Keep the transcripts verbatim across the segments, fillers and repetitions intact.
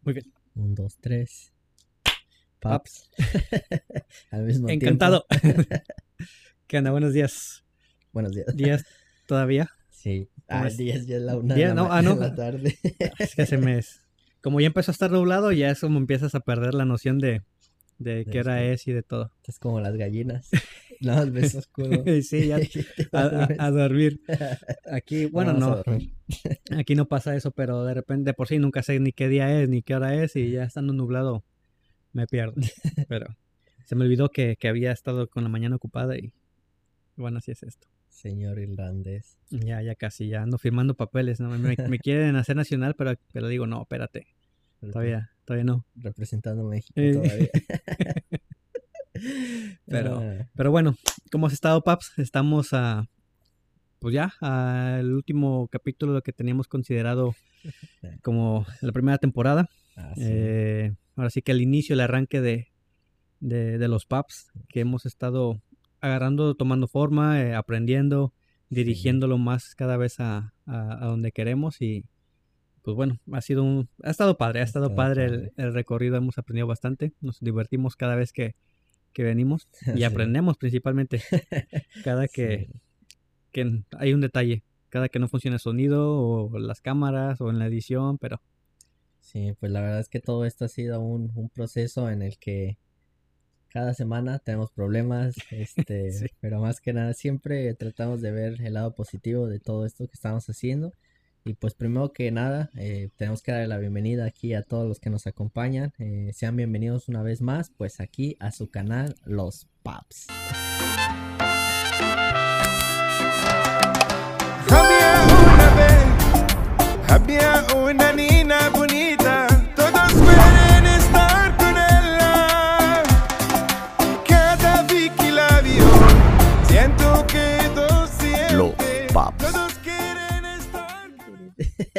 Muy bien. Un, dos, tres. Paps. Al mismo Encantado. tiempo. ¿Qué onda? Buenos días. Buenos días. ¿Días todavía? Sí. ¿Cómo Ah, es? diez, ya es la una de ¿Día? la, No, ma- ah, no. de la tarde. Es que se me... Como ya empezó a estar nublado, ya es como empiezas a perder la noción de, de qué hora Este, es y de todo. Es como las gallinas. Nada más ves oscuro. Sí, ya Y te a, a- duermes. a dormir. Aquí, bueno, Vamos a no, dormir. aquí no pasa eso, pero de repente, de por sí, nunca sé ni qué día es, ni qué hora es, y ya estando nublado me pierdo. Pero se me olvidó que, que había estado con la mañana ocupada y bueno, así es esto. Señor irlandés. Ya, ya casi, ya ando firmando papeles, ¿no? Me, me quieren hacer nacional, pero, pero digo, no, espérate, todavía, todavía no. Representando a México Eh, todavía. pero, Ah, pero bueno, ¿cómo has estado, Paps? Estamos a, pues ya, al último capítulo de lo que teníamos considerado como la primera temporada. ah, sí. Eh, ahora sí que el inicio, el arranque de, de, de los Paps, que hemos estado agarrando, tomando forma, eh, aprendiendo, dirigiéndolo más cada vez a, a, a donde queremos y pues bueno, ha sido un, ha estado padre, ha estado Estado padre el, padre. el recorrido, hemos aprendido bastante, nos divertimos cada vez que, que venimos y Sí. aprendemos principalmente cada que, Sí. que hay un detalle, cada que no funciona el sonido o las cámaras o en la edición, pero Sí, pues la verdad es que todo esto ha sido un, un proceso en el que cada semana tenemos problemas, este, sí. pero más que nada siempre tratamos de ver el lado positivo de todo esto que estamos haciendo. Y pues primero que nada, eh, tenemos que darle la bienvenida aquí a todos los que nos acompañan. Eh, sean bienvenidos una vez más, pues aquí a su canal Los Paps. Había una vez, había una niña bonita, todos quieren estar con ella. Cada vez que la veo, siento que todos sienten, Los Paps. todos quieren estar con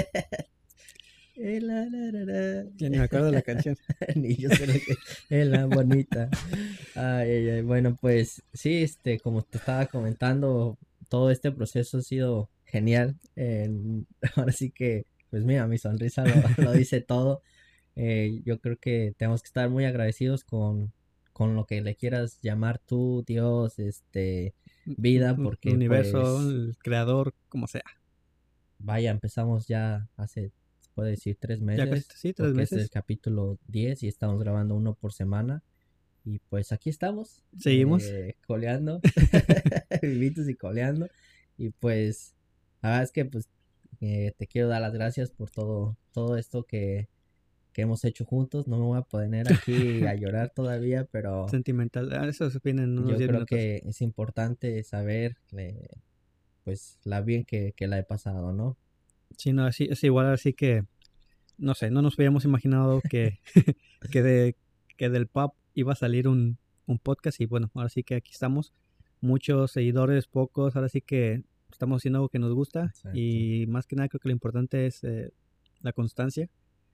Eh, la, la, la, la. Ya ni me acuerdo de la canción. Ni yo sé lo que es la bonita. Ay, ay, ay. Bueno, pues sí, este, como te estaba comentando, todo este proceso ha sido genial. Eh, ahora sí que, pues mira, mi sonrisa lo, lo dice todo. Eh, yo creo que tenemos que estar muy agradecidos con, con lo que le quieras llamar tú, Dios, este, vida, El porque universo, pues, el creador, como sea. vaya, empezamos ya hace, se puede decir, tres Ya casi, meses, sí, tres porque este es el meses. capítulo diez y estamos grabando uno por semana. Y pues aquí estamos, Seguimos. eh, coleando, vivitos y coleando. Y pues, la verdad es que pues eh, te quiero dar las gracias por todo, todo esto que, que hemos hecho juntos. No me voy a poner aquí a llorar todavía, pero Sentimental. Ah, eso se viene en unos yo diez creo minutos. que es importante saber eh, pues la bien que, que la he pasado, ¿no? Sí, no, así, es igual, así que, no sé, no nos hubiéramos imaginado que, que, de, que del pub iba a salir un, un podcast y bueno, ahora sí que aquí estamos. Muchos seguidores, pocos, ahora sí que estamos haciendo algo que nos gusta. Exacto. Y más que nada creo que lo importante es eh, la constancia.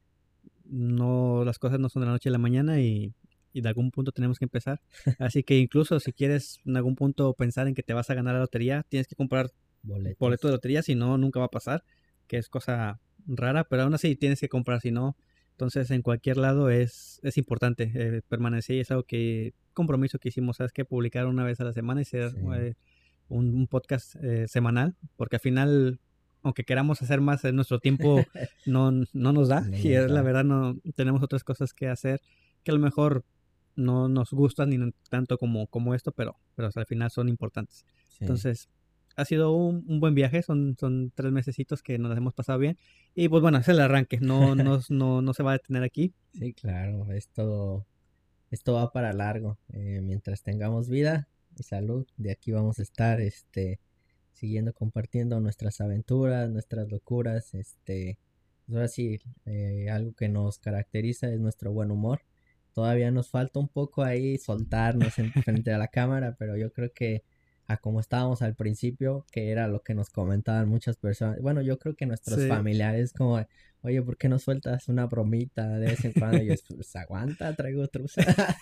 No, las cosas no son de la noche a la mañana y, y de algún punto tenemos que empezar. Así que incluso si quieres en algún punto pensar en que te vas a ganar la lotería, tienes que comprar Boletos. boleto de lotería, si no, nunca va a pasar, que es cosa rara, pero aún así tienes que comprar, si no, entonces en cualquier lado es, es importante eh, permanecer y es algo que, compromiso que hicimos, sabes que publicar una vez a la semana y ser Sí. eh, un, un podcast eh, semanal, porque al final, aunque queramos hacer más, en nuestro tiempo no, no nos da, No y nos es la da. verdad, no tenemos otras cosas que hacer que a lo mejor no nos gustan ni tanto como, como esto, pero, pero al final son importantes. Sí. Entonces, ha sido un, un buen viaje, son, son tres mesecitos que nos hemos pasado bien. Y pues bueno, es el arranque, no, no, no, no se va a detener aquí. Sí, claro, esto, esto va para largo. Eh, mientras tengamos vida y salud, de aquí vamos a estar, este, siguiendo compartiendo nuestras aventuras, nuestras locuras, este, pues ahora sí, eh, algo que nos caracteriza es nuestro buen humor. Todavía nos falta un poco ahí soltarnos en frente a la cámara, pero yo creo que a como estábamos al principio, que era lo que nos comentaban muchas personas. Bueno, yo creo que nuestros Sí. familiares como, oye, ¿por qué no sueltas una bromita de vez en cuando? Y yo, pues aguanta, traigo truza.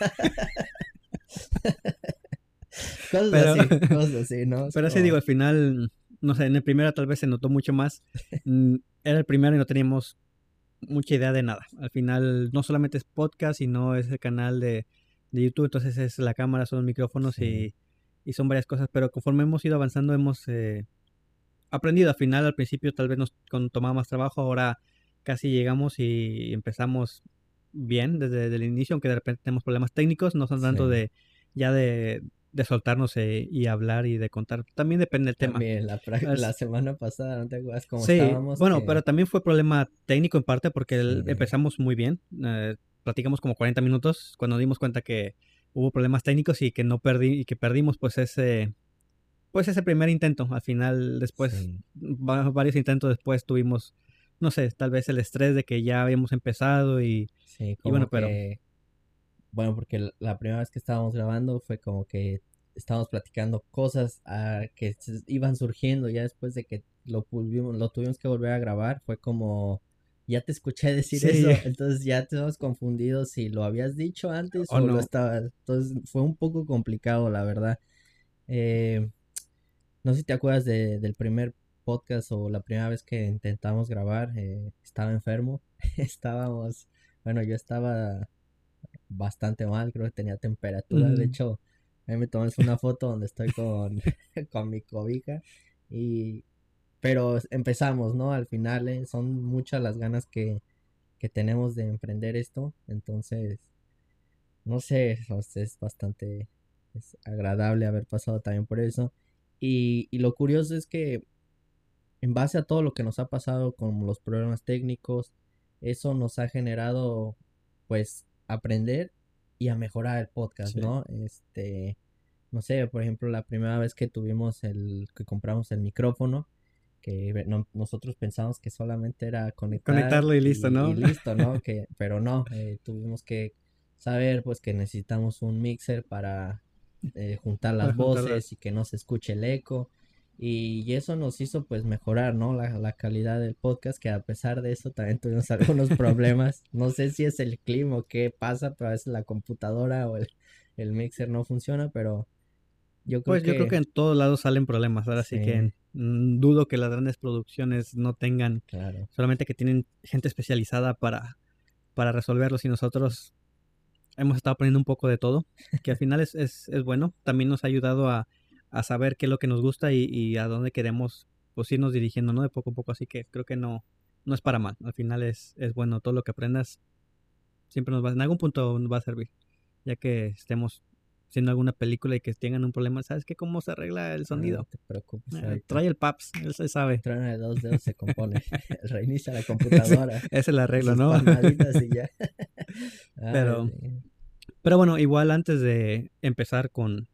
Cosas Pero- así, cosas así, ¿no? Es Pero así como- digo, al final, no sé, en el primero tal vez se notó mucho más. Mm, Era el primero y no teníamos mucha idea de nada. Al final no solamente es podcast, sino es el canal de, de YouTube, entonces es la cámara, son los micrófonos Sí, y, y son varias cosas, pero conforme hemos ido avanzando hemos eh, aprendido. Al final, al principio tal vez nos con- tomaba más trabajo, ahora casi llegamos y empezamos bien desde, desde el inicio, aunque de repente tenemos problemas técnicos, no son tanto sí. de ya de, de soltarnos eh, y hablar y de contar. También depende del tema. También la, pra- la Es- semana pasada, ¿no te acuerdas cómo sí, estábamos? bueno, Que pero también fue problema técnico en parte porque el- sí, empezamos muy bien. Eh, platicamos como cuarenta minutos cuando dimos cuenta que hubo problemas técnicos y que no perdí y que perdimos pues ese pues ese primer intento. Al final, después, sí, va- varios intentos después tuvimos, no sé, tal vez el estrés de que ya habíamos empezado y, sí, y bueno, como pero que, bueno, porque l- la primera vez que estábamos grabando fue como que estábamos platicando cosas ah, que s- iban surgiendo ya después de que lo pudimos, lo tuvimos que volver a grabar, fue como, ya te escuché decir sí, eso, entonces ya te hemos confundido si lo habías dicho antes o o lo no. estabas, entonces fue un poco complicado, la verdad. Eh, no sé si te acuerdas de- del primer podcast o la primera vez que intentamos grabar, eh, estaba enfermo, estábamos, bueno, yo estaba bastante mal, creo que tenía temperatura, de Ujú. hecho, ahí me tomas una foto donde estoy con, con mi cobija y, pero empezamos, ¿no? Al final, eh, son muchas las ganas que, que tenemos de emprender esto, entonces, no sé, o sea, es bastante es agradable haber pasado también por eso. Y, y lo curioso es que en base a todo lo que nos ha pasado con los problemas técnicos, eso nos ha generado pues aprender y a mejorar el podcast, Sí. ¿no? Este, no sé, por ejemplo, la primera vez que tuvimos el, que compramos el micrófono, que no- nosotros pensamos que solamente era conectar Conectarlo y listo, y, y ¿no? listo, ¿no? Que, pero no, eh, tuvimos que saber pues que necesitamos un mixer para eh, juntar Para las juntarlas. voces y que no se escuche el eco. Y eso nos hizo pues mejorar, ¿no? La, la calidad del podcast, que a pesar de eso también tuvimos algunos problemas. No sé si es el clima o qué pasa, pero a veces la computadora o el, el mixer no funciona, pero yo creo Pues yo creo que que en todos lados salen problemas. Ahora sí que sí, mm, dudo que las grandes producciones no tengan, claro. solamente que tienen gente especializada para, para resolverlos y nosotros hemos estado aprendiendo un poco de todo, que al final es, es, es bueno. También nos ha ayudado a, a saber qué es lo que nos gusta y, y a dónde queremos pues, irnos dirigiendo, ¿no? De poco a poco, así que creo que no, no es para mal. Al final es, es bueno, todo lo que aprendas siempre nos va, en algún punto nos va a servir, ya que estemos haciendo alguna película y que tengan un problema, ¿sabes qué? ¿Cómo se arregla el Ah, no sonido? te preocupes Eh, ahorita. trae el PAPS, él se sabe. Truena de dos dedos se compone. Reinicia la computadora. Es el arreglo, Sus ¿no? palmaditas y ya. Ah, pero, sí. pero bueno, igual antes de empezar con,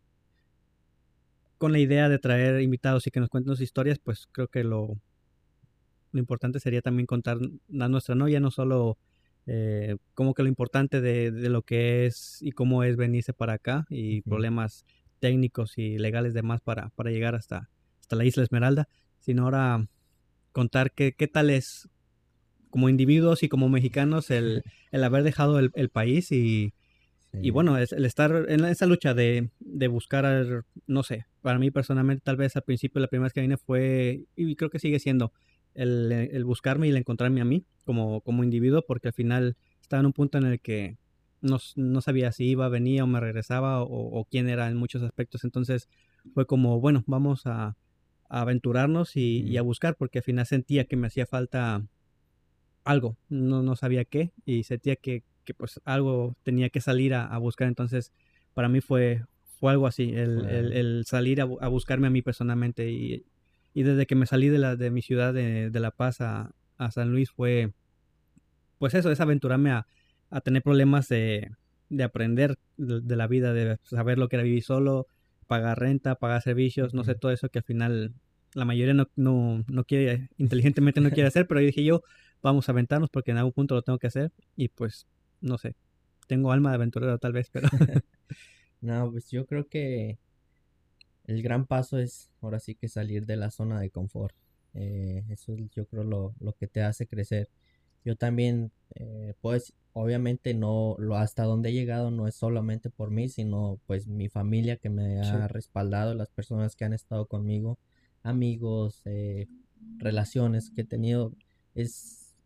con la idea de traer invitados y que nos cuenten sus historias, pues creo que lo, lo importante sería también contar la nuestra, ¿no? Ya no solo eh, como que lo importante de, de lo que es y cómo es venirse para acá y Ujú. problemas técnicos y legales demás para, para llegar hasta, hasta la isla Esmeralda, sino ahora contar qué, qué tal es como individuos y como mexicanos el, el haber dejado el, el país y, y Sí, bueno, es el estar en esa lucha de, de buscar, no sé, para mí personalmente tal vez al principio la primera vez que vine fue, y creo que sigue siendo, el, el buscarme y el encontrarme a mí como, como individuo, porque al final estaba en un punto en el que no, s- no sabía si iba, venía o me regresaba o, o quién era en muchos aspectos, entonces fue como, bueno, vamos a, a aventurarnos y, y ujú, a buscar, porque al final sentía que me hacía falta algo, no, no sabía qué, y sentía que, que pues algo tenía que salir a, a buscar, entonces para mí fue, fue algo así, el, el, claro. el salir a, bu- a buscarme a mí personalmente, y, y desde que me salí de, la, de mi ciudad de, de La Paz a, a San Luis fue, pues eso, es aventurarme a, a tener problemas de, de aprender de, de la vida, de saber lo que era vivir solo, pagar renta, pagar servicios, no sé, Ujú. todo eso que al final la mayoría no, no, no quiere, inteligentemente no quiere hacer, pero yo dije yo, vamos a aventarnos porque en algún punto lo tengo que hacer y pues, no sé, tengo alma de aventurero tal vez, pero No, pues yo creo que el gran paso es ahora sí que salir de la zona de confort. Eh, eso es yo creo lo, lo que te hace crecer. Yo también, eh, pues obviamente no, lo hasta donde he llegado no es solamente por mí, sino pues mi familia que me sí, ha respaldado, las personas que han estado conmigo, amigos, eh, relaciones que he tenido. Es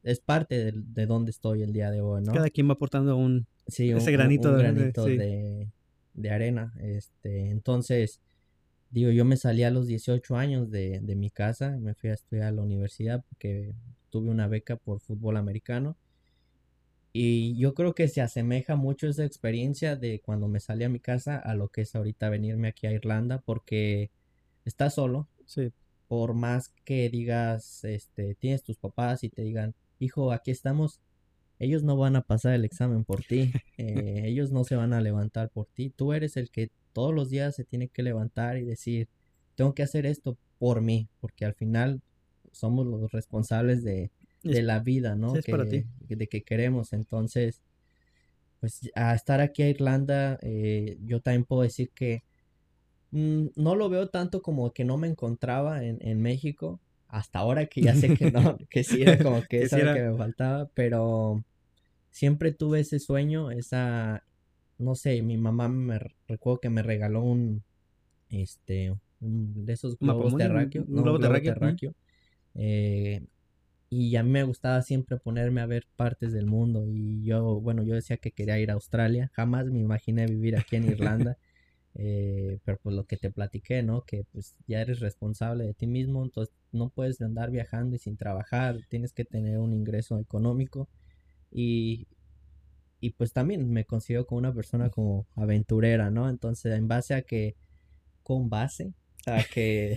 es parte de, de donde estoy el día de hoy, ¿no? Cada quien va aportando un, Sí, un, ese un- granito, un de, granito sí. de, de arena. Este, entonces, digo, yo me salí a los dieciocho años de, de mi casa, me fui a estudiar a la universidad porque tuve una beca por fútbol americano. Y yo creo que se asemeja mucho esa experiencia de cuando me salí a mi casa a lo que es ahorita venirme aquí a Irlanda, porque estás solo, Sí, por más que digas, este, tienes tus papás y te digan, hijo, aquí estamos, ellos no van a pasar el examen por ti, eh, ellos no se van a levantar por ti, tú eres el que todos los días se tiene que levantar y decir, tengo que hacer esto por mí, porque al final somos los responsables de, es, de la vida, sí, ¿no? es para Que, ti. de que queremos, entonces, pues a estar aquí a Irlanda, eh, yo también puedo decir que Mm, no lo veo tanto como que no me encontraba en, en México. Hasta ahora que ya sé que no, que sí era como que eso era lo que Quisiera, me faltaba, pero siempre tuve ese sueño, esa, no sé, mi mamá me re- recuerdo que me regaló un, este, un de esos un globos mapamundi, un, terráqueos, un no, un globo globo terráqueo. Mm. terráqueo, eh, y a mí me gustaba siempre ponerme a ver partes del mundo y yo, bueno, yo decía que quería ir a Australia, jamás me imaginé vivir aquí en Irlanda. Eh, pero pues lo que te platiqué, ¿no? Que pues ya eres responsable de ti mismo, entonces no puedes andar viajando y sin trabajar, tienes que tener un ingreso económico y, y pues también me considero como una persona como aventurera, ¿no? Entonces en base a que, con base a que,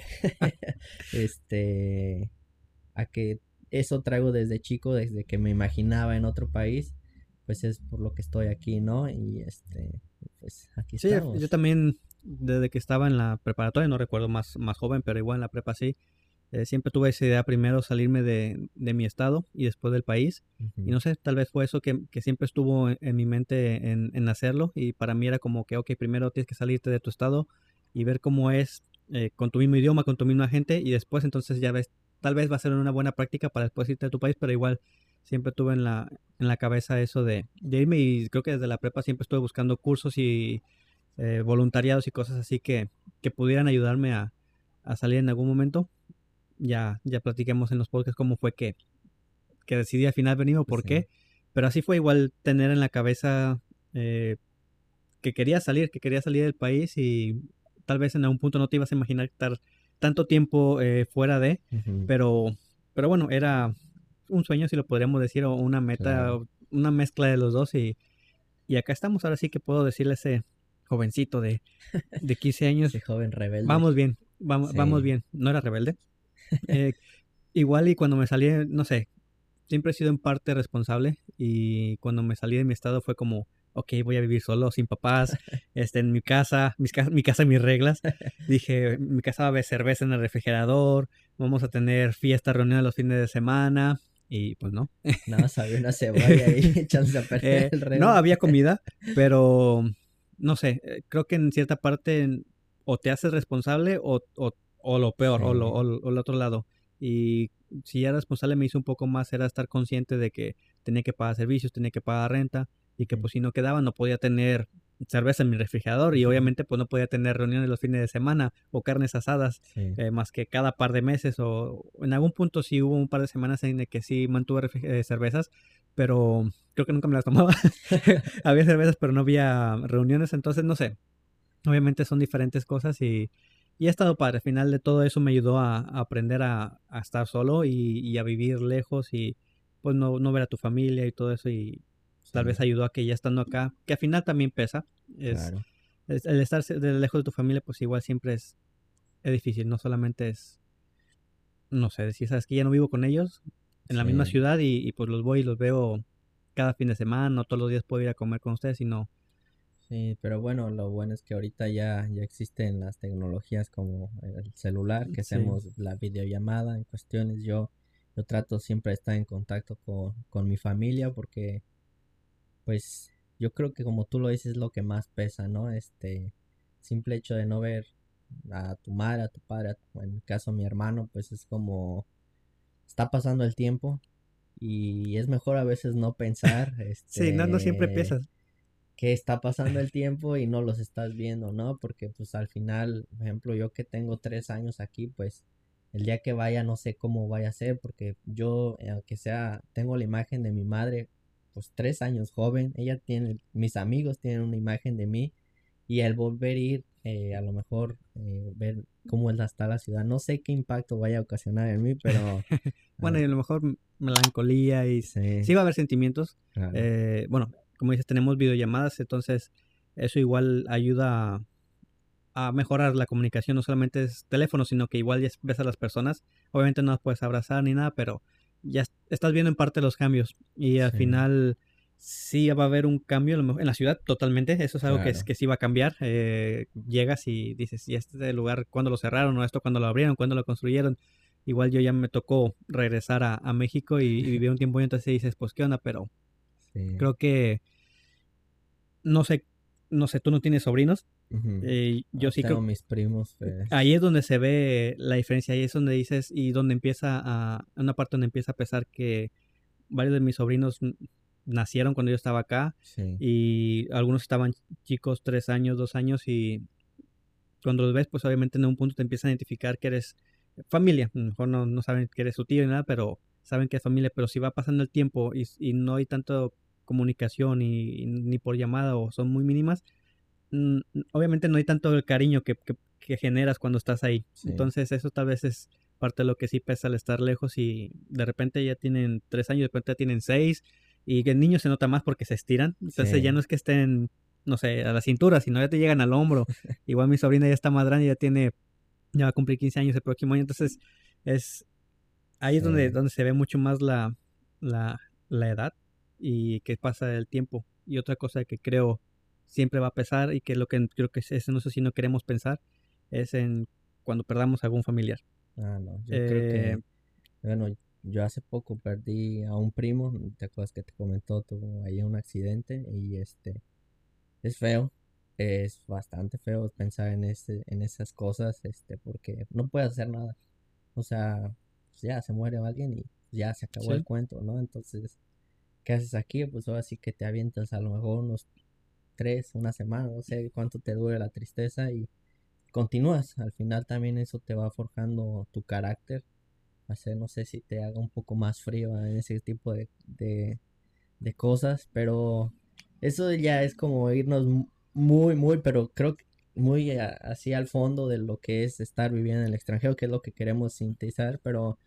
este, a que eso traigo desde chico, desde que me imaginaba en otro país, pues es por lo que estoy aquí, ¿no? Y este, pues aquí Sí, yo estamos. también, desde que estaba en la preparatoria, no recuerdo más, más joven, pero igual en la prepa sí, eh, siempre tuve esa idea primero salirme de, de mi estado y después del país. Y Ujú, no sé, tal vez fue eso que, que siempre estuvo en, en mi mente en, en hacerlo. Y para mí era como que, ok, primero tienes que salirte de tu estado y ver cómo es eh, con tu mismo idioma, con tu misma gente. Y después entonces ya ves, tal vez va a ser una buena práctica para después irte a tu país, pero igual siempre tuve en la, en la cabeza eso de, de irme. Y creo que desde la prepa siempre estuve buscando cursos y eh, voluntariados y cosas así que, que pudieran ayudarme a, a salir en algún momento. Ya, ya platiquemos en los podcasts cómo fue que, que decidí al final venir o por sí. qué. Pero así fue igual tener en la cabeza eh, que quería salir, que quería salir del país y tal vez en algún punto no te ibas a imaginar estar tanto tiempo eh, fuera de, Ujú, pero, pero bueno, era un sueño, si lo podríamos decir, o una meta, claro. una mezcla de los dos y, y acá estamos. Ahora sí que puedo decirle a ese jovencito de, de quince Ese años, joven rebelde. vamos bien, vamos, vamos Sí, bien. No era rebelde. Eh, igual y cuando me salí, no sé, siempre he sido en parte responsable y cuando me salí de mi estado fue como, ok, voy a vivir solo, sin papás, este, en mi casa, mis ca- mi casa, mis reglas. Dije, mi casa va a haber cerveza en el refrigerador, vamos a tener fiestas, reuniones los fines de semana y pues no. nada más había una cebolla ahí echándose a perder Eh, el no refri. había comida, pero no sé, eh, creo que en cierta parte o te haces responsable o, o, o lo peor, o, lo, Sí, o, lo- o el otro lado. Y si era responsable me hizo un poco más, era estar consciente de que tenía que pagar servicios, tenía que pagar renta y que ujú, pues si no quedaba no podía tener cerveza en mi refrigerador y obviamente pues no podía tener reuniones los fines de semana o carnes asadas sí, eh, más que cada par de meses o en algún punto sí hubo un par de semanas en el que sí mantuve refri- eh, cervezas, pero creo que nunca me las tomaba. Había cervezas, pero no había reuniones, entonces no sé. Obviamente son diferentes cosas y, y ha estado padre. Al final de todo eso me ayudó a, a aprender a, a estar solo y, y a vivir lejos y pues no, no ver a tu familia y todo eso y tal sí, vez ayudó a que ya estando acá, que al final también pesa, es, claro. es el estar ce- de lejos de tu familia pues igual siempre es, es difícil, no solamente es, no sé, decir, sabes que ya no vivo con ellos en la misma Sí, ciudad y, y pues los voy y los veo cada fin de semana, no todos los días puedo ir a comer con ustedes, sino sí, pero bueno, lo bueno es que ahorita ya, ya existen las tecnologías como el celular, que sí, hacemos la videollamada en cuestiones. Yo, yo trato siempre de estar en contacto con, con mi familia porque, pues, yo creo que como tú lo dices es lo que más pesa, ¿no? Este simple hecho de no ver a tu madre, a tu padre, a tu- en mi caso a mi hermano, pues es como está pasando el tiempo y es mejor a veces no pensar, sí, no, no siempre este, piensas. que está pasando el tiempo y no los estás viendo, ¿no? Porque pues al final, por ejemplo, yo que tengo tres años aquí, pues el día que vaya no sé cómo vaya a ser, porque yo, eh, aunque sea, tengo la imagen de mi madre, pues tres años joven, ella tiene, mis amigos tienen una imagen de mí, y el volver a ir, eh, a lo mejor eh, ver cómo es- está la ciudad, no sé qué impacto vaya a ocasionar en mí, pero Bueno, ah, y a lo mejor m- melancolía y sí, sí va a haber sentimientos. claro, Eh, bueno, como dices, tenemos videollamadas, entonces eso igual ayuda a, a mejorar la comunicación. No solamente es teléfono, sino que igual ya ves a las personas. Obviamente no las puedes abrazar ni nada, pero ya est- estás viendo en parte los cambios. Y al sí, final sí va a haber un cambio a lo mejor en la ciudad totalmente. Eso es algo que, es, claro, que sí va a cambiar. Eh, llegas y dices, ¿y este lugar cuándo lo cerraron? ¿O esto cuándo lo abrieron? ¿Cuándo lo construyeron? Igual yo ya me tocó regresar a, a México y, y vivir un tiempo y entonces dices, pues qué onda, pero sí, creo que no sé, no sé, tú no tienes sobrinos. ujú. Eh, yo No, sí tengo creo, mis primos, ahí pues, es donde se ve la diferencia, ahí es donde dices y donde empieza a, una parte donde empieza a pesar que varios de mis sobrinos n- nacieron cuando yo estaba acá sí, y algunos estaban chicos, tres años, dos años y cuando los ves, pues obviamente en un punto te empiezan a identificar que eres familia. A lo mejor no, no saben que eres su tío ni nada, pero saben que es familia. Pero si va pasando el tiempo y, y no hay tanto comunicación y, y ni por llamada o son muy mínimas, mm, obviamente no hay tanto el cariño que, que, que generas cuando estás ahí. sí, Entonces eso tal vez es parte de lo que sí pesa al estar lejos y de repente ya tienen tres años, de repente ya tienen seis y que el niño se nota más porque se estiran. Entonces ya sí, no es que estén, no sé, a la cintura, sino ya te llegan al hombro. Igual mi sobrina ya está más grande, ya tiene, ya va a cumplir quince años el próximo año. Entonces es ahí es donde, sí, donde se ve mucho más la, la, la edad y que pasa el tiempo. Y otra cosa que creo siempre va a pesar y que es lo que creo que es, es no sé si no queremos pensar es en cuando perdamos algún familiar. ah, no, yo creo Eh, que, bueno, yo hace poco perdí a un primo, ¿te acuerdas que te comentó? Tuvo ahí un accidente y este, es feo, es bastante feo pensar en ese, en esas cosas, este, porque no puedes hacer nada, o sea, pues ya se muere alguien y ya se acabó el sí, cuento, ¿no? Entonces, ¿qué haces aquí? Pues ahora sí que te avientas a lo mejor unos tres, una semana, no sé cuánto te dure la tristeza y continúas. Al final también eso te va forjando tu carácter. Hacer, no sé si te haga un poco más frío en ese tipo de, de, de cosas, pero eso ya es como irnos mu- muy, muy, pero creo que muy a- así al fondo de lo que es estar viviendo en el extranjero, que es lo que queremos sintetizar, pero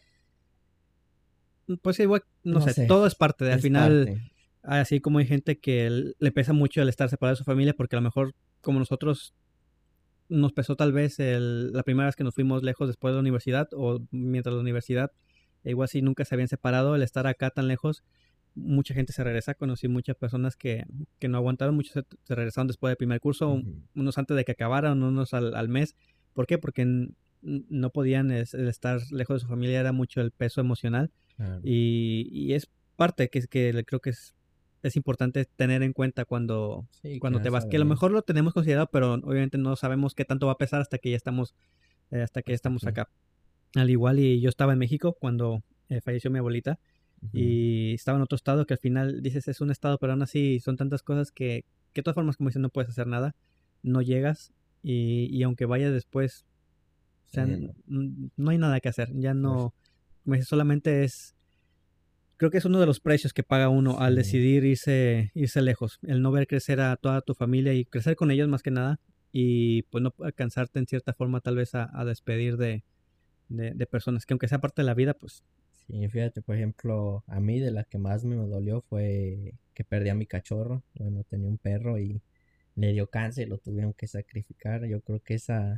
pues igual, no no sé, sé, todo es parte de, al es final, parte. así como hay gente que l- le pesa mucho el estar separado de su familia porque a lo mejor como nosotros nos pesó tal vez el, la primera vez que nos fuimos lejos después de la universidad o mientras la universidad, e igual si nunca se habían separado, el estar acá tan lejos, mucha gente se regresa. Conocí muchas personas que, que no aguantaron, muchos se, se regresaron después del primer curso, Ujú, unos antes de que acabaran, unos al, al mes. ¿Por qué? Porque n- no podían, es- el estar lejos de su familia era mucho el peso emocional claro. y, y es parte que, es- que le- creo que es, es importante tener en cuenta cuando, Sí, que cuando te vas a vas, que a lo venir mejor lo tenemos considerado, pero obviamente no sabemos qué tanto va a pesar hasta que ya estamos, eh, hasta que ya hasta estamos aquí. acá. Al igual y yo estaba en México cuando eh, falleció mi abuelita Ujú, y estaba en otro estado que al final dices es un estado, pero aún así son tantas cosas que, que de todas formas como dices no puedes hacer nada, no llegas y, y aunque vayas después, o sea, sí, n- no, n- no hay nada que hacer, ya pues no, como dices, solamente es, creo que es uno de los precios que paga uno al sí. decidir irse, irse lejos, el no ver crecer a toda tu familia y crecer con ellos más que nada y pues no alcanzarte en cierta forma tal vez a, a despedir de, de, de personas que aunque sea parte de la vida, pues Sí, fíjate, por ejemplo, a mí de la que más me dolió fue que perdí a mi cachorro. Bueno, tenía un perro y le dio cáncer y lo tuvieron que sacrificar. Yo creo que esa,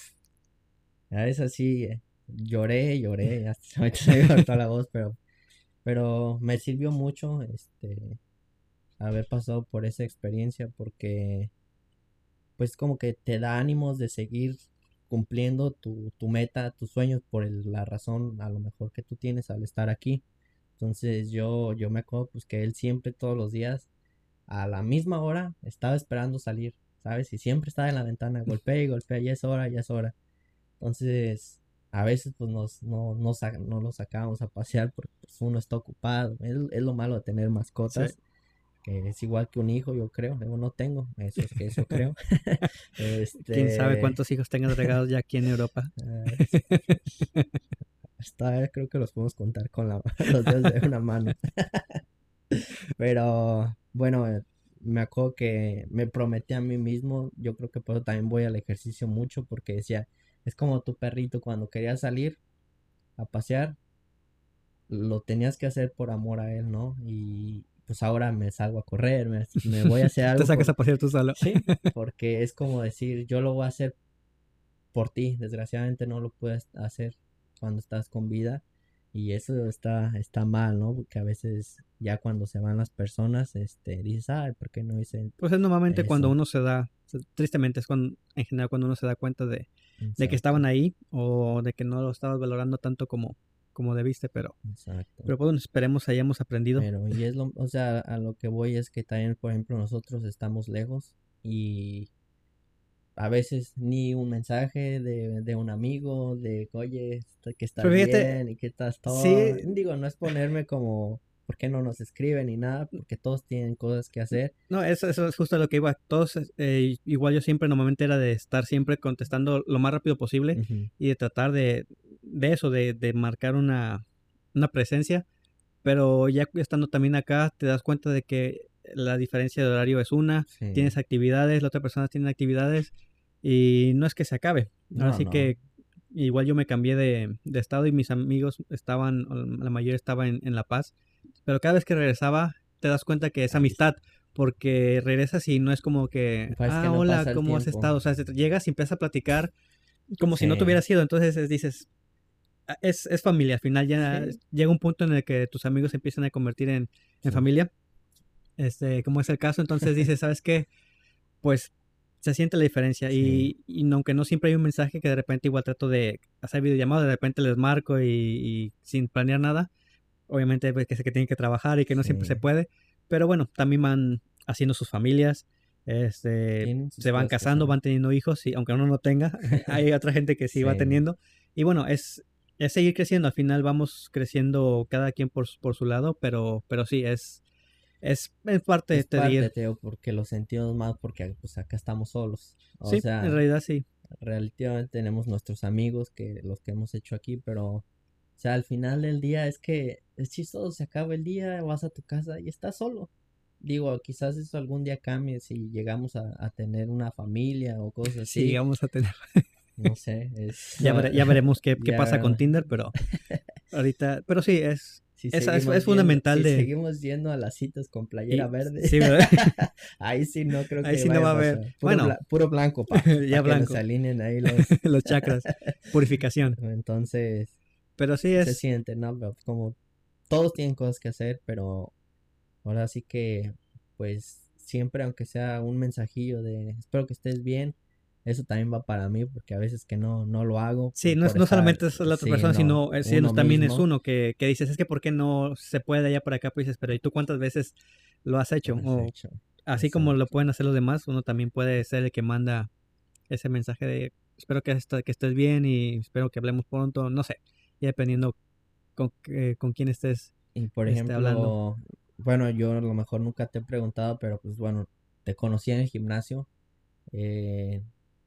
a esa sí, eh, lloré, lloré, hasta se me se me cortó la voz, pero, pero me sirvió mucho, este, haber pasado por esa experiencia porque pues como que te da ánimos de seguir cumpliendo tu, tu meta, tus sueños por el- la razón a lo mejor que tú tienes al estar aquí. Entonces yo, yo me acuerdo pues que él siempre todos los días a la misma hora estaba esperando salir, ¿sabes? Y siempre estaba en la ventana, golpea y golpea, ya es hora, ya es hora. Entonces a veces pues nos, no, no, sa- no lo sacábamos a pasear porque pues, uno está ocupado. Es, es lo malo de tener sí. mascotas. que es igual que un hijo, yo creo. Yo no tengo, eso es que eso creo. Quién sabe Este, cuántos hijos tengas regados ya aquí en Europa. ah, hasta creo que los podemos contar con la, los dedos de una mano. Pero bueno, eh, me acuerdo que me prometí a mí mismo, yo creo que por eso también voy al ejercicio mucho, porque decía, es como tu perrito cuando quería salir a pasear, lo tenías que hacer por amor a él, ¿no? Y pues ahora me salgo a correr, me, me voy a hacer Te algo sacas por... a pasear tú solo. Sí, porque es como decir, yo lo voy a hacer por ti, desgraciadamente no lo puedes hacer cuando estás con vida y eso está, está mal, ¿no? Porque a veces ya cuando se van las personas, este, dices, ay, ¿por qué no hice Pues es normalmente cuando eso? uno se da, tristemente es cuando, en general cuando uno se da cuenta de, de que Exacto, estaban ahí o de que no lo estabas valorando tanto como, como debiste, pero, exacto. pero bueno, esperemos hayamos aprendido. Pero, y es lo, o sea, a lo que voy es que también, por ejemplo, nosotros estamos lejos y a veces ni un mensaje de, de un amigo, de, oye, está- que estás Pero fíjate, bien y que estás todo. sí, Digo, no es ponerme como, ¿por qué no nos escriben ni nada? Porque todos tienen cosas que hacer. no, eso, eso es justo lo que iba. Todos, eh, igual yo siempre normalmente era de estar siempre contestando lo más rápido posible Ujú, y de tratar de, de eso, de, de marcar una, una presencia. Pero ya estando también acá, te das cuenta de que la diferencia de horario es una, sí. tienes actividades, la otra persona tiene actividades y no es que se acabe. Ahora No, sí no. que igual yo me cambié de, de estado y mis amigos estaban, o la mayoría estaba en, en La Paz, pero cada vez que regresaba te das cuenta que es Ahí está. amistad, porque regresas y no es como que, Parece que ah, no hola, pasa el ¿cómo has tiempo. estado? O sea, te- llegas y empiezas a platicar como si no te Sí, hubieras ido, entonces es- dices, "Ah, es, es familia, al final ya sí, llega un punto en el que tus amigos se empiezan a convertir en, en sí, familia, este, como es el caso, entonces dices, ¿sabes qué? Pues se siente la diferencia sí, y, y aunque no siempre hay un mensaje que de repente igual trato de hacer videollamadas, de repente les marco y, y sin planear nada, obviamente pues, que sé que tienen que trabajar y que no siempre se sí. puede, pero bueno, también van haciendo sus familias, este, Tienen sus se van cosas que casando, hacer. van teniendo hijos y aunque uno no tenga, hay otra gente que sí va Sí, teniendo y bueno, es, es seguir creciendo, al final vamos creciendo cada quien por, su- por su lado, pero, pero sí, es, es, es parte es de parte, ir, Teo, porque lo sentimos más porque pues acá estamos solos. O sí, en sea, realidad sí. relativamente tenemos nuestros amigos que los que hemos hecho aquí, pero o sea, al final del día es que es chistoso, se acaba el día, vas a tu casa y estás solo. Digo, quizás eso algún día cambie si llegamos a, a tener una familia o cosas Sí, así. vamos a tener. No sé, es Ya, vere- ya veremos qué, qué pasa con ya Tinder, pero ahorita, pero sí, es, si es, es, es seguimos yendo, fundamental si de, seguimos yendo a las citas con playera y, verde, sí, ¿verdad? ahí sí no creo Ahí que sí no vaya va a a haber, pasar. Puro, bueno, bla- puro blanco, pa, ya para que nos blanco, alineen ahí los. los chakras, purificación. Entonces, Pero sí se es, siente, ¿no? Pero como todos tienen cosas que hacer, pero ahora sí que, pues, siempre, aunque sea un mensajillo de espero que estés bien, eso también va para mí, porque a veces que no, no lo hago sí, por, no es por no estar, solamente es la otra sí, persona, no, sino, eh, sino uno también es mismo, uno que, que dices, es que ¿por qué no se puede de allá para acá? Pues dices, pero ¿y tú cuántas veces lo has hecho? lo has O hecho. así como lo Exacto. pueden hacer los demás, uno también puede ser el que manda ese mensaje de espero que, est- que estés bien y espero que hablemos pronto, no sé, ya dependiendo con, eh, con quién estés Y por este, hablando. ejemplo, bueno, yo a lo mejor nunca te he preguntado, pero pues bueno, te conocí en el gimnasio. Eh,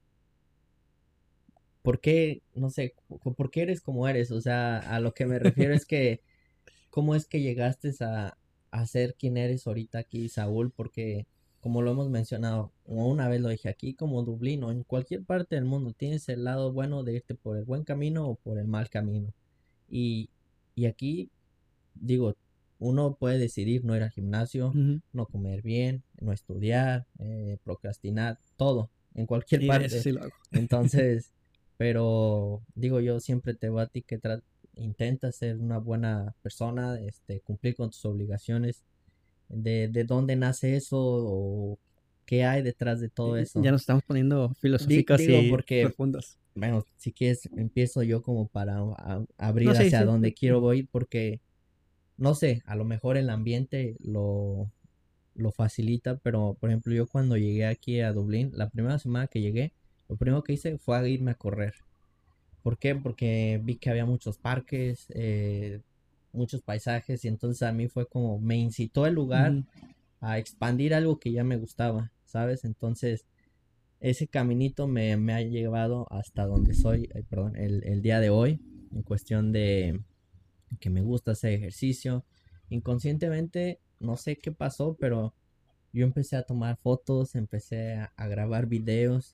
¿por qué, no sé, cu- por qué eres como eres? O sea, a lo que me refiero es que, ¿cómo es que llegaste a, a ser quien eres ahorita aquí, Saúl? Porque, como lo hemos mencionado, o una vez lo dije aquí, como Dublín o en cualquier parte del mundo, tienes el lado bueno de irte por el buen camino o por el mal camino. Y, y aquí, digo, uno puede decidir no ir al gimnasio, Ujú. no comer bien, no estudiar, eh, procrastinar, todo, en cualquier Y eso parte. sí lo hago. Entonces, pero digo yo siempre te voy a ti que tra- intenta ser una buena persona, este, cumplir con tus obligaciones. De, de dónde nace eso o qué hay detrás de todo Y eso. ya nos estamos poniendo Di- filosóficos digo y porque, profundos. bueno, si quieres empiezo yo como para a- No, abrir sí, hacia sí. donde quiero ir porque no sé, a lo mejor el ambiente lo, lo facilita, pero por ejemplo yo cuando llegué aquí a Dublín, la primera semana que llegué, lo primero que hice fue a irme a correr. ¿Por qué? Porque vi que había muchos parques, eh, muchos paisajes y entonces a mí fue como, me incitó el lugar Ujú. a expandir algo que ya me gustaba, ¿sabes? Entonces, ese caminito me, me ha llevado hasta donde soy, eh, perdón, el, el día de hoy, en cuestión de que me gusta hacer ejercicio. Inconscientemente, no sé qué pasó, pero yo empecé a tomar fotos, empecé a, a grabar videos.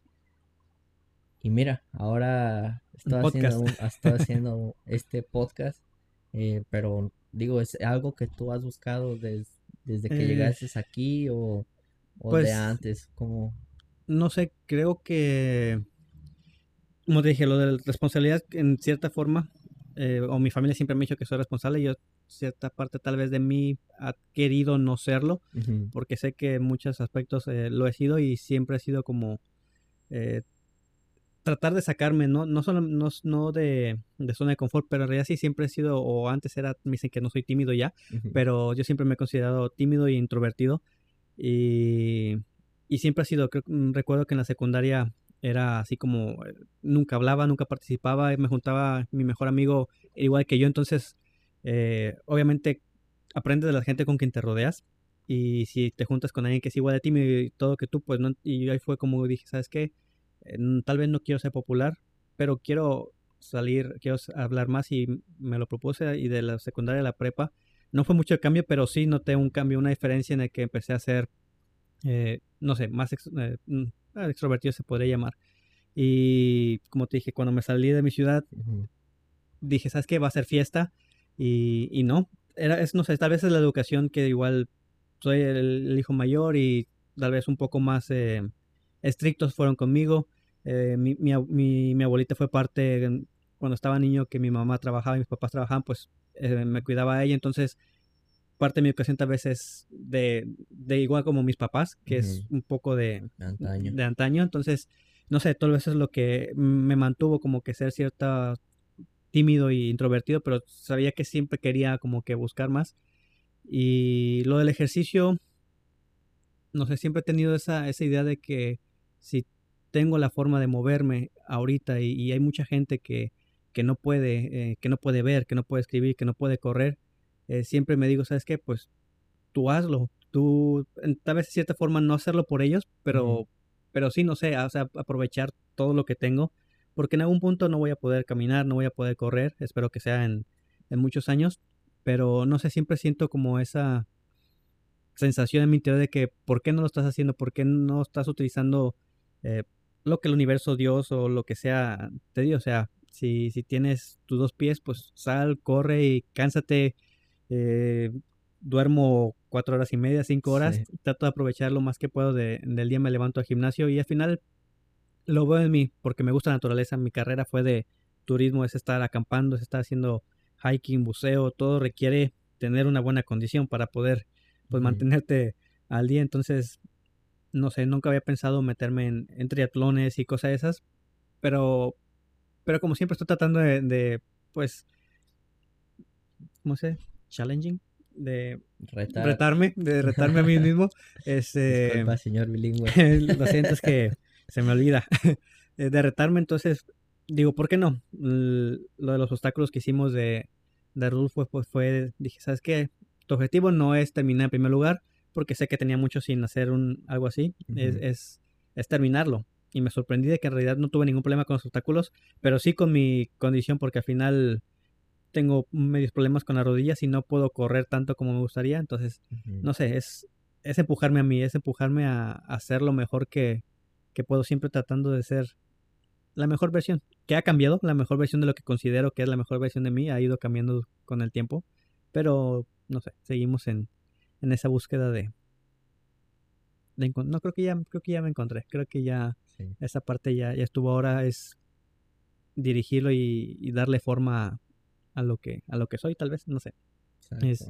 Y mira, ahora Un estoy haciendo, podcast. un- estoy haciendo este podcast, eh, pero digo, ¿es algo que tú has buscado des- desde que Eh, llegaste aquí o, o de pues, antes? Como, no sé, creo que, como te dije, lo de la responsabilidad en cierta forma, eh, o mi familia siempre me ha dicho que soy responsable, yo cierta parte tal vez de mí ha querido no serlo, ujú, porque sé que en muchos aspectos eh, lo he sido y siempre he sido como eh, tratar de sacarme, no, no solo no, no de, de zona de confort, pero en realidad sí siempre he sido, o antes era, me dicen que no soy tímido ya, ujú, pero yo siempre me he considerado tímido e introvertido y, y siempre ha sido, creo, mm, recuerdo que en la secundaria era así como, eh, nunca hablaba, nunca participaba, y me juntaba mi mejor amigo igual que yo, entonces eh, obviamente aprendes de la gente con quien te rodeas. Y si te juntas con alguien que es igual de tímido y todo que tú, pues no. Y ahí fue como dije, ¿sabes qué? Eh, tal vez no quiero ser popular, pero quiero salir, quiero s- hablar más y me lo propuse y de la secundaria a la prepa no fue mucho el cambio, pero sí noté un cambio, una diferencia en el que empecé a ser, eh, no sé, más ex- eh, mm, ah, extrovertido se podría llamar. Y como te dije, cuando me salí de mi ciudad, ujú, dije, ¿sabes qué? Va a ser fiesta y, y no. Era, es, no sé, tal vez es la educación que igual soy el, el hijo mayor y tal vez un poco más eh, estrictos fueron conmigo. Eh, mi, mi, ab- mi- mi abuelita fue parte, en- cuando estaba niño, que mi mamá trabajaba y mis papás trabajaban, pues eh, me cuidaba a ella. Entonces, parte de mi educación tal vez es de, de igual como mis papás, que es ujú, un poco de, antaño. de antaño. Entonces, no sé, tal vez es lo que me mantuvo como que ser cierta tímido y introvertido, pero sabía que siempre quería como que buscar más. Y lo del ejercicio, no sé, siempre he tenido esa, esa idea de que si tengo la forma de moverme ahorita y, y hay mucha gente que, que no puede, eh, que no puede ver, que no puede escribir, que no puede correr, eh, siempre me digo, ¿sabes qué? Pues tú hazlo. Tú, en- tal vez de cierta forma no hacerlo por ellos, Ujú, pero, pero sí, no sé, o sea, aprovechar todo lo que tengo, porque en algún punto no voy a poder caminar, no voy a poder correr, espero que sea en, en muchos años, pero no sé, siempre siento como esa sensación en mi interior de que, ¿por qué no lo estás haciendo? ¿Por qué no estás utilizando eh, lo que el universo, Dios o lo que sea te dio? O sea, si, si tienes tus dos pies, pues sal, corre y cánsate, eh, duermo cuatro horas y media, cinco horas, sí. trato de aprovechar lo más que puedo de- del día, me levanto al gimnasio y al final lo veo en mí, porque me gusta la naturaleza, mi carrera fue de turismo, es estar acampando, es estar haciendo hiking, buceo, todo requiere tener una buena condición para poder pues Ujú, mantenerte al día, entonces no sé, nunca había pensado meterme en, en triatlones y cosas de esas, pero, pero como siempre estoy tratando de, de pues, ¿cómo se dice? Challenging, de retar. retarme, de retarme a mí mismo. Este, Disculpa, señor bilingüe. lo siento, es que se me olvida. Eh, de retarme, entonces, digo, ¿por qué no? L- Lo de los obstáculos que hicimos de, de Rule fue, pues fue, dije, ¿sabes qué? Tu objetivo no es terminar en primer lugar, porque sé que tenía mucho sin hacer un, algo así, es, Ujú, es, es terminarlo. Y me sorprendí de que en realidad no tuve ningún problema con los obstáculos, pero sí con mi condición, porque al final tengo medios problemas con las rodillas y no puedo correr tanto como me gustaría. Entonces, ujú, no sé, es, es empujarme a mí, es empujarme a, a hacer lo mejor que, que puedo, siempre tratando de ser la mejor versión. Que ha cambiado, la mejor versión de lo que considero que es la mejor versión de mí, ha ido cambiando con el tiempo. Pero, no sé, seguimos en, en esa búsqueda de, de encon- no, creo que ya, creo que ya me encontré. Creo que ya sí, esa parte ya, ya estuvo. Ahora es dirigirlo y, y darle forma a, a lo que, a lo que soy, tal vez, no sé. Es, exacto.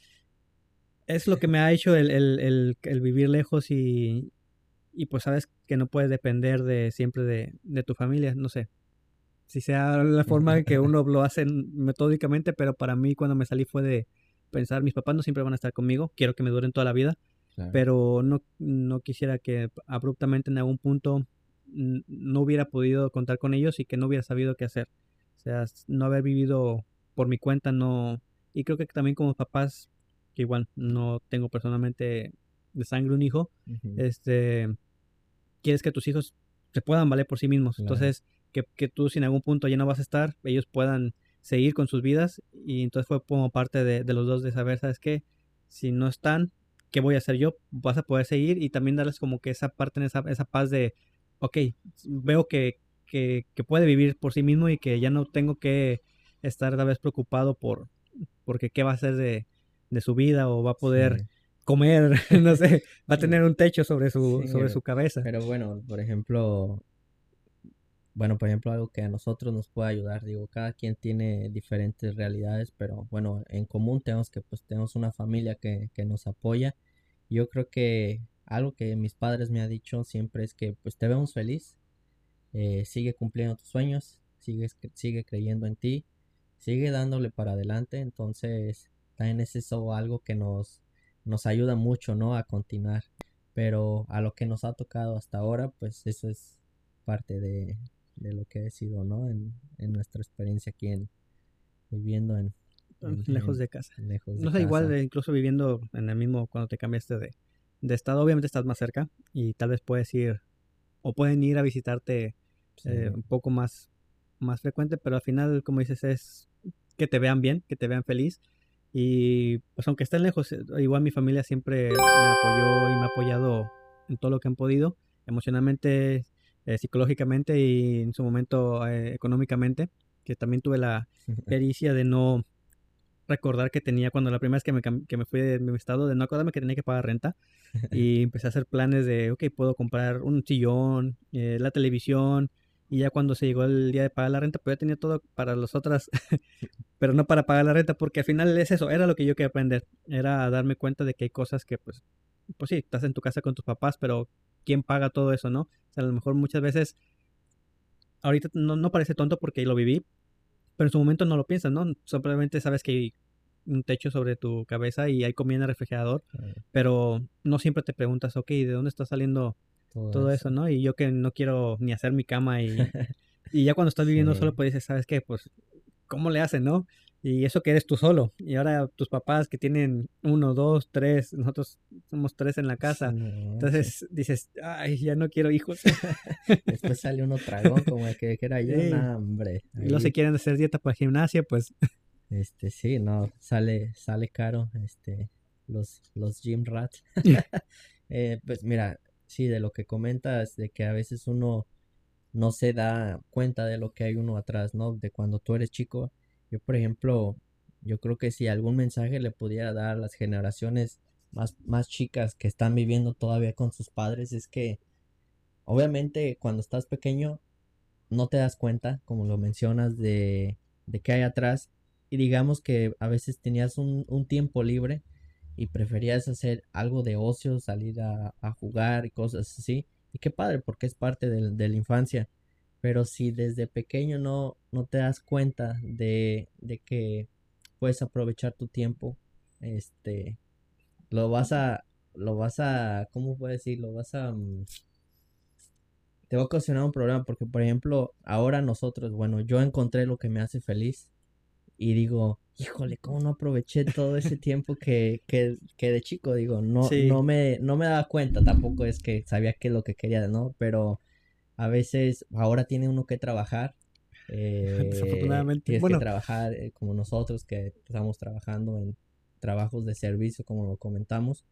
es lo que me ha hecho el, el, el, el vivir lejos y, y pues sabes que no puedes depender de siempre de, de tu familia, no sé. Si sea la forma en que uno lo hace metódicamente, pero para mí cuando me salí fue de pensar, mis papás no siempre van a estar conmigo, quiero que me duren toda la vida, Claro. pero no, no quisiera que abruptamente en algún punto n- no hubiera podido contar con ellos y que no hubiera sabido qué hacer. O sea, s- no haber vivido por mi cuenta, no. Y creo que también como papás, que igual no tengo personalmente de sangre, un hijo, Ujú. este, quieres que tus hijos se puedan valer por sí mismos. Claro. Entonces, que, que tú si en algún punto ya no vas a estar, ellos puedan seguir con sus vidas. Y entonces fue como parte de, de los dos de saber, ¿sabes qué? Si no están, ¿qué voy a hacer yo? Vas a poder seguir y también darles como que esa parte, esa, esa paz de, ok, veo que, que, que puede vivir por sí mismo y que ya no tengo que estar tal vez preocupado por, porque qué va a hacer de, de su vida o va a poder Sí. comer, no sé, va a Sí. tener un techo sobre su, Sí, sobre su cabeza. pero bueno, por ejemplo, bueno, por ejemplo, algo que a nosotros nos puede ayudar, digo, cada quien tiene diferentes realidades, pero bueno, en común tenemos que, pues, tenemos una familia que, que nos apoya. Yo creo que algo que mis padres me han dicho siempre es que, pues, te vemos feliz, eh, sigue cumpliendo tus sueños, sigue, sigue creyendo en ti, sigue dándole para adelante. Entonces también es eso algo que nos, nos ayuda mucho, ¿no? A continuar, pero a lo que nos ha tocado hasta ahora, pues eso es parte de, de lo que he sido, ¿no? En, en nuestra experiencia aquí en, viviendo en, en, Lejos en- de casa. lejos de No sé, igual casa. eh, incluso viviendo en el mismo, cuando te cambiaste de, de estado, obviamente estás más cerca y tal vez puedes ir o pueden ir a visitarte eh, Sí, un poco más, más frecuente, pero al final, como dices, es que te vean bien, que te vean feliz. Y pues aunque estén lejos, eh, igual mi familia siempre me apoyó y me ha apoyado en todo lo que han podido, emocionalmente, eh, psicológicamente y en su momento eh, económicamente, que también tuve la pericia de no recordar que tenía cuando la primera vez que me, cam- que me fui de mi estado, de no acordarme que tenía que pagar renta y empecé a hacer planes de, ok, puedo comprar un sillón, eh, la televisión y ya cuando se llegó el día de pagar la renta, pues ya tenía todo para las otras, pero no para pagar la renta porque al final es eso, era lo que yo quería aprender, era darme cuenta de que hay cosas que pues, pues sí, estás en tu casa con tus papás, pero ¿quién paga todo eso, no? O sea, a lo mejor muchas veces, ahorita no, no parece tonto porque lo viví, pero en su momento no lo piensas, ¿no? Simplemente sabes que hay un techo sobre tu cabeza y hay comida en el refrigerador, eh, pero no siempre te preguntas, ok, ¿de dónde está saliendo todo todo eso. eso, no? Y yo que no quiero ni hacer mi cama y, y ya cuando estás viviendo Sí, solo, pues dices, ¿sabes qué? Pues, ¿cómo le hacen, no? Y eso que eres tú solo. Y ahora tus papás que tienen uno, dos, tres, nosotros somos tres en la sí, casa. no, sí. Entonces dices, ay, ya no quiero hijos. Después sale uno tragón como el que, que era yo, Sí. no, hombre, Y luego se ahí, quieren hacer dieta para gimnasia, pues este, sí, no, sale, sale caro, este, los, los gym rats. Eh, pues mira, sí, de lo que comentas, de que a veces uno no se da cuenta de lo que hay uno atrás, ¿no? De cuando tú eres chico. Yo, por ejemplo, yo creo que si algún mensaje le pudiera dar a las generaciones más, más chicas que están viviendo todavía con sus padres, es que obviamente cuando estás pequeño no te das cuenta, como lo mencionas, de, de qué hay atrás. Y digamos que a veces tenías un, un tiempo libre y preferías hacer algo de ocio, salir a, a jugar y cosas así. Y qué padre, porque es parte del- de, la infancia. Pero si desde pequeño no, no te das cuenta de, de que puedes aprovechar tu tiempo, este, lo vas a, lo vas a, ¿cómo puedo decir? Lo vas a, mm, te va a ocasionar un problema porque, por ejemplo, ahora nosotros, bueno, yo encontré lo que me hace feliz y digo, híjole, ¿cómo no aproveché todo ese tiempo que, que, que de chico? Digo, no, sí, no me, no me daba cuenta, tampoco es que sabía qué es lo que quería, ¿no? Pero a veces ahora tiene uno que trabajar, eh, desafortunadamente. tienes que Bueno, trabajar eh, como nosotros que estamos trabajando en trabajos de servicio, como lo comentamos.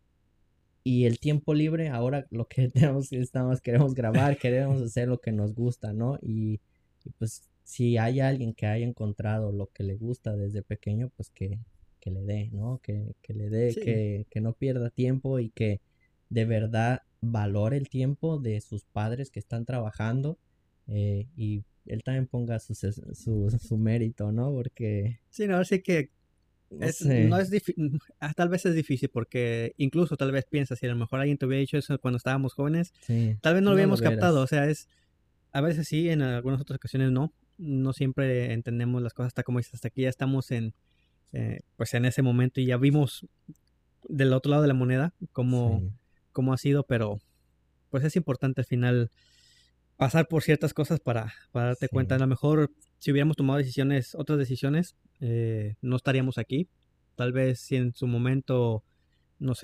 Y el tiempo libre, ahora lo que tenemos es nada más queremos grabar, queremos hacer lo que nos gusta, ¿no? Y, y pues si hay alguien que haya encontrado lo que le gusta desde pequeño, pues que, que le dé, ¿no? Que, que le dé, sí, que, que no pierda tiempo y que de verdad valore el tiempo de sus padres que están trabajando eh, y él también ponga su, su, su mérito, ¿no? Porque, sí, no, así que no es, no sé, es difícil, tal vez es difícil porque incluso tal vez piensas, si a lo mejor alguien te hubiera dicho eso cuando estábamos jóvenes, sí, tal vez no lo no lo habíamos captado, o verás. sea, es, a veces sí, en algunas otras ocasiones no, no siempre entendemos las cosas hasta como dices, hasta aquí ya estamos en, eh, pues en ese momento y ya vimos del otro lado de la moneda cómo, Sí, cómo ha sido, pero pues es importante al final pasar por ciertas cosas para, para darte cuenta. A sí, lo mejor si hubiéramos tomado decisiones, otras decisiones, eh, no estaríamos aquí. Tal vez si en su momento, no sé,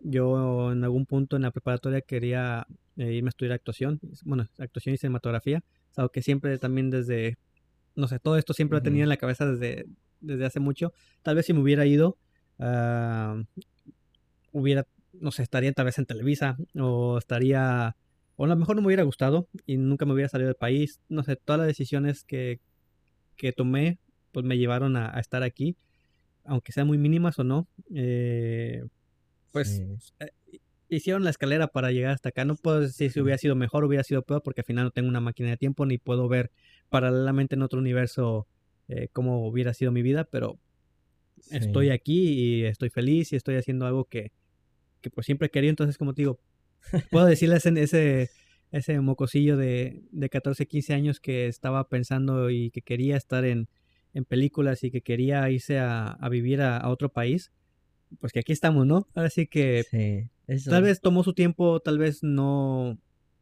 yo en algún punto en la preparatoria quería eh, irme a estudiar actuación, bueno, actuación y cinematografía, es algo que siempre también desde, no sé, todo esto siempre lo he tenido Ujú. en la cabeza desde, desde hace mucho. Tal vez si me hubiera ido, ah, hubiera, no sé, estaría tal vez en Televisa o estaría, o a lo mejor no me hubiera gustado y nunca me hubiera salido del país. No sé, todas las decisiones que, que tomé, pues me llevaron a, a estar aquí, aunque sean muy mínimas o no. Eh, pues Sí, eh, hicieron la escalera para llegar hasta acá. No puedo decir si hubiera sido mejor o hubiera sido peor, porque al final no tengo una máquina de tiempo ni puedo ver paralelamente en otro universo eh, cómo hubiera sido mi vida, pero estoy sí. aquí y estoy feliz y estoy haciendo algo que, que pues siempre he querido. Entonces, como te digo, puedo decirle a ese, ese, ese mocosillo de, de catorce, quince años que estaba pensando y que quería estar en, en películas y que quería irse a, a vivir a, a otro país, pues que aquí estamos, ¿no? Ahora sí que Sí, tal eso, vez tomó su tiempo, tal vez no.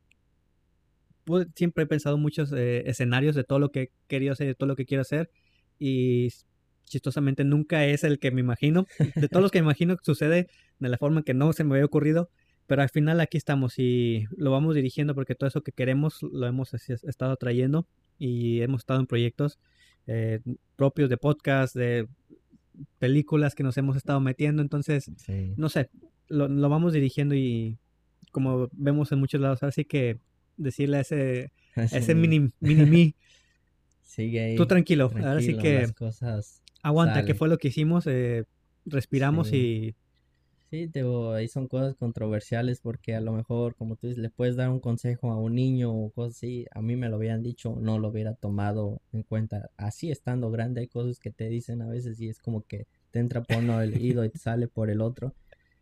Pude- siempre he pensado muchos eh, escenarios de todo lo que he querido hacer, de todo lo que quiero hacer, y s- chistosamente nunca es el que me imagino. De todos los que me imagino sucede de la forma que no se me había ocurrido, pero al final aquí estamos y lo vamos dirigiendo porque todo eso que queremos lo hemos así- estado trayendo y hemos estado en proyectos eh, propios de podcast, de películas que nos hemos estado metiendo. Entonces, sí. no sé, lo, lo vamos dirigiendo y como vemos en muchos lados, así que decirle a ese, a Ese ese mi- mini, mini mí, Sigue tú ahí, tranquilo, ahora sí tranquilo, las que cosas aguanta, que salen. fue lo que hicimos, eh, respiramos Sí. y Sí, te digo, ahí son cosas controversiales porque a lo mejor, como tú dices, le puedes dar un consejo a un niño o cosas así. A mí me lo habían dicho, no lo hubiera tomado en cuenta. Así estando grande, hay cosas que te dicen a veces y es como que te entra por uno el oído y te sale por el otro.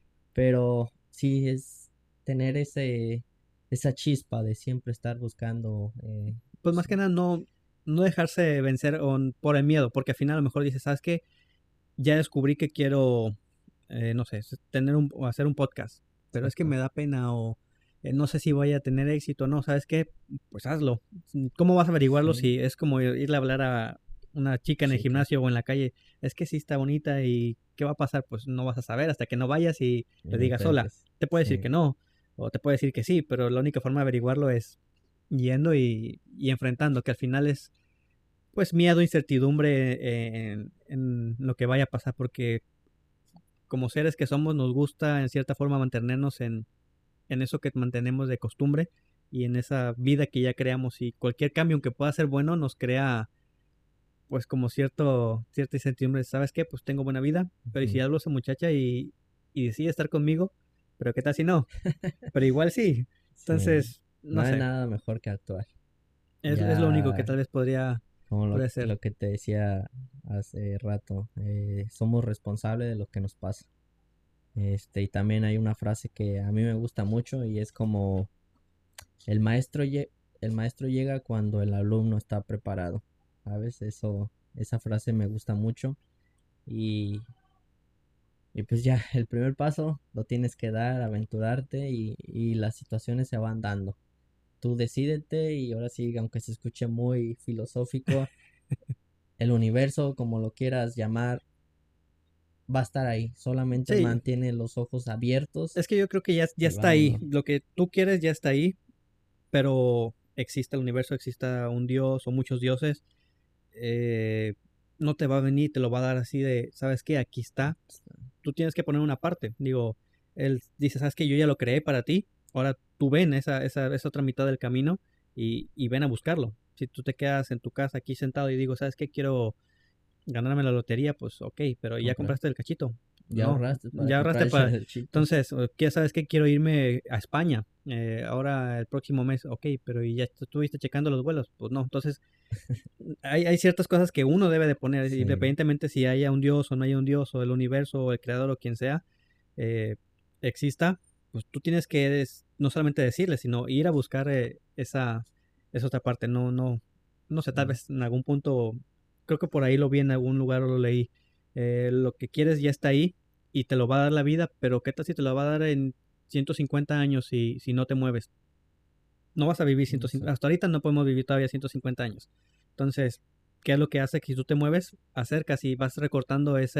Pero sí es tener ese, esa chispa de siempre estar buscando. Eh, pues más sí, que nada no, no dejarse vencer on- por el miedo, porque al final a lo mejor dices, ¿sabes qué? Ya descubrí que quiero, eh, no sé, tener un, o hacer un podcast, pero es que exacto. me da pena o eh, no sé si vaya a tener éxito o no, ¿sabes qué? Pues hazlo. ¿Cómo vas a averiguarlo Sí, si es como irle a hablar a una chica en el chica. gimnasio o en la calle? Es que sí está bonita y ¿qué va a pasar? Pues no vas a saber hasta que no vayas y Y le lo digas hola. intentes. Te puede decir que Sí, no o te puede decir que sí, pero la única forma de averiguarlo es yendo y, y enfrentando, que al final es pues miedo, incertidumbre en, en lo que vaya a pasar, porque como seres que somos nos gusta en cierta forma mantenernos en, en eso que mantenemos de costumbre y en esa vida que ya creamos, y cualquier cambio aunque pueda ser bueno nos crea pues como cierto cierta incertidumbre. ¿Sabes qué? Pues tengo buena vida, pero ¿y si ujú, hablo a esa muchacha y, y decide estar conmigo? Pero ¿qué tal si no? Pero igual sí. sí. Entonces, No no hay sé, nada mejor que actuar. es, es lo único que Ya, tal vez podría, como lo, podría ser. lo que te decía hace rato, eh, somos responsables de lo que nos pasa. Este, y también hay una frase que a mí me gusta mucho y es como el maestro, lle- el maestro llega cuando el alumno está preparado. ¿Sabes? Eso, esa frase me gusta mucho. Y, y pues ya, el primer paso lo tienes que dar, aventurarte y, y las situaciones se van dando. Tú decídete y ahora sí, aunque se escuche muy filosófico, el universo, como lo quieras llamar, va a estar ahí. Solamente Sí, mantiene los ojos abiertos es que yo creo que ya, ya y está ahí. vámonos. Lo que tú quieres ya está ahí, pero existe el universo, exista un dios o muchos dioses, eh, no te va a venir, te lo va a dar así de, ¿sabes qué? Aquí está. Tú tienes que poner una parte. Digo, él dice, ¿sabes qué? Yo ya lo creé para ti. Ahora tú ven esa, esa, esa otra mitad del camino y, y ven a buscarlo. Si tú te quedas en tu casa aquí sentado y digo, ¿sabes qué? Quiero ganarme la lotería, pues ok, pero ¿ya Comprar. compraste el cachito? Ya No, ahorraste para ya ahorraste comprar el para... derechito. Entonces, ¿qué sabes qué? Quiero irme a España. Eh, ahora el próximo mes, ok, pero ¿y ya estuviste checando los vuelos? Pues no, entonces hay, hay ciertas cosas que uno debe de poner, Sí, independientemente si haya un dios o no haya un dios, o el universo, o el creador, o quien sea, eh, exista, pues tú tienes que des- no solamente decirle, sino ir a buscar eh, esa, esa otra parte. No, no, no sé, tal sí, vez en algún punto, creo que por ahí lo vi en algún lugar o lo leí. Eh, lo que quieres ya está ahí y te lo va a dar la vida, pero ¿qué tal si te lo va a dar en ciento cincuenta años si, si no te mueves? No vas a vivir ciento cincuenta, exacto. hasta ahorita no podemos vivir todavía ciento cincuenta años. Entonces, ¿qué es lo que hace que si tú te mueves, acercas y vas recortando ese,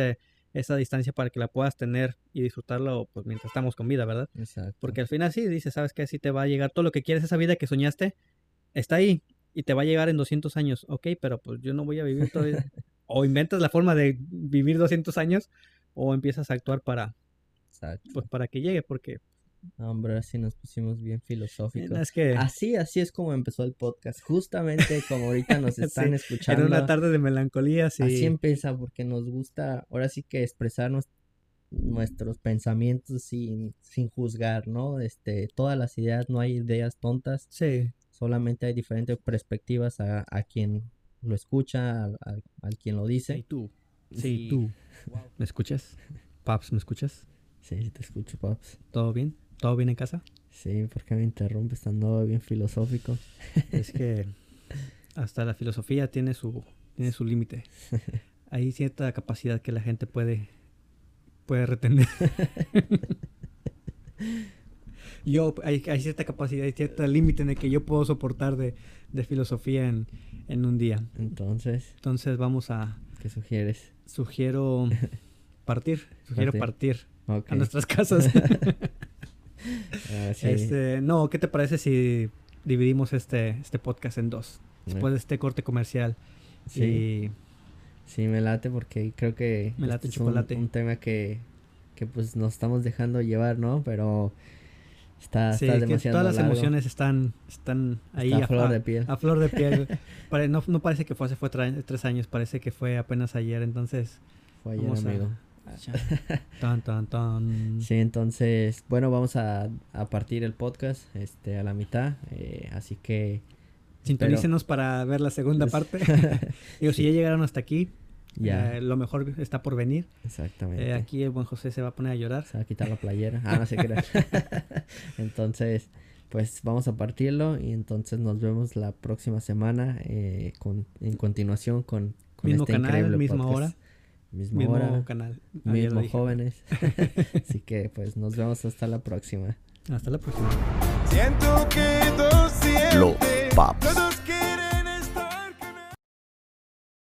esa distancia para que la puedas tener y disfrutarlo pues mientras estamos con vida, ¿verdad? Exacto. Porque al final sí, dices, ¿sabes qué? Sí te va a llegar todo lo que quieres, esa vida que soñaste, está ahí y te va a llegar en doscientos años. Ok, pero pues yo no voy a vivir todavía. O inventas la forma de vivir doscientos años o empiezas a actuar para, Exacto. pues, para que llegue, porque No, hombre, ahora sí nos pusimos bien filosóficos. es que Así, así es como empezó el podcast. Justamente como ahorita nos están sí, en escuchando. una tarde de melancolía, sí. Así empieza porque nos gusta, ahora sí que expresarnos nuestros pensamientos sin, sin juzgar, ¿no? Este, todas las ideas, no hay ideas tontas, Sí, solamente hay diferentes perspectivas a, a quien lo escucha, al, al- al quien lo sí, dice. tú. Sí. Sí, tú. ¿Me escuchas? Paps, ¿me escuchas? Sí, sí te escucho, paps. ¿Todo bien? ¿Todo bien en casa? Sí, ¿por qué me interrumpes? Estando bien filosófico. Es que hasta la filosofía tiene su, tiene su límite. Hay cierta capacidad que la gente puede, puede retener. Yo, hay, hay cierta capacidad, hay cierto límite en el que yo puedo soportar de, de filosofía en, en un día. Entonces, Entonces vamos a, ¿qué sugieres? sugiero partir, sugiero Partir. partir Ok. a nuestras casas. Ah, sí. Este, no, ¿qué te parece si dividimos este, este podcast en dos? Después de este corte comercial. Sí. Y Sí, me late porque creo que Me late este es un- chocolate. Un, tema que, que pues nos estamos dejando llevar, ¿no? Pero está, sí, está es que demasiado todas las largo. emociones están, están ahí Está a flor de piel. a flor de piel. Pare- no, no parece que fue hace fue tra- tres años, parece que fue apenas ayer. Entonces, Fue ayer, vamos a- amigo. tan, tan, tan. Sí, entonces, bueno, vamos a, a partir el podcast este, a la mitad. eh, así que Sintonícenos para ver la segunda Pues- parte. Digo, si Sí. ya llegaron hasta aquí, ya, eh, lo mejor está por venir. exactamente. Eh, aquí el buen José se va a poner a llorar. Se va a quitar la playera. Ah, no se crea. Entonces, pues vamos a partirlo y entonces nos vemos la próxima semana eh, con, en continuación con, con Mismo este canal, increíble misma podcast. hora. Misma Mismo hora, canal. Ah, ya lo mismo dije. jóvenes. Así que pues nos vemos hasta la próxima. Hasta la próxima. Siento que tú sientes Los Paps. todo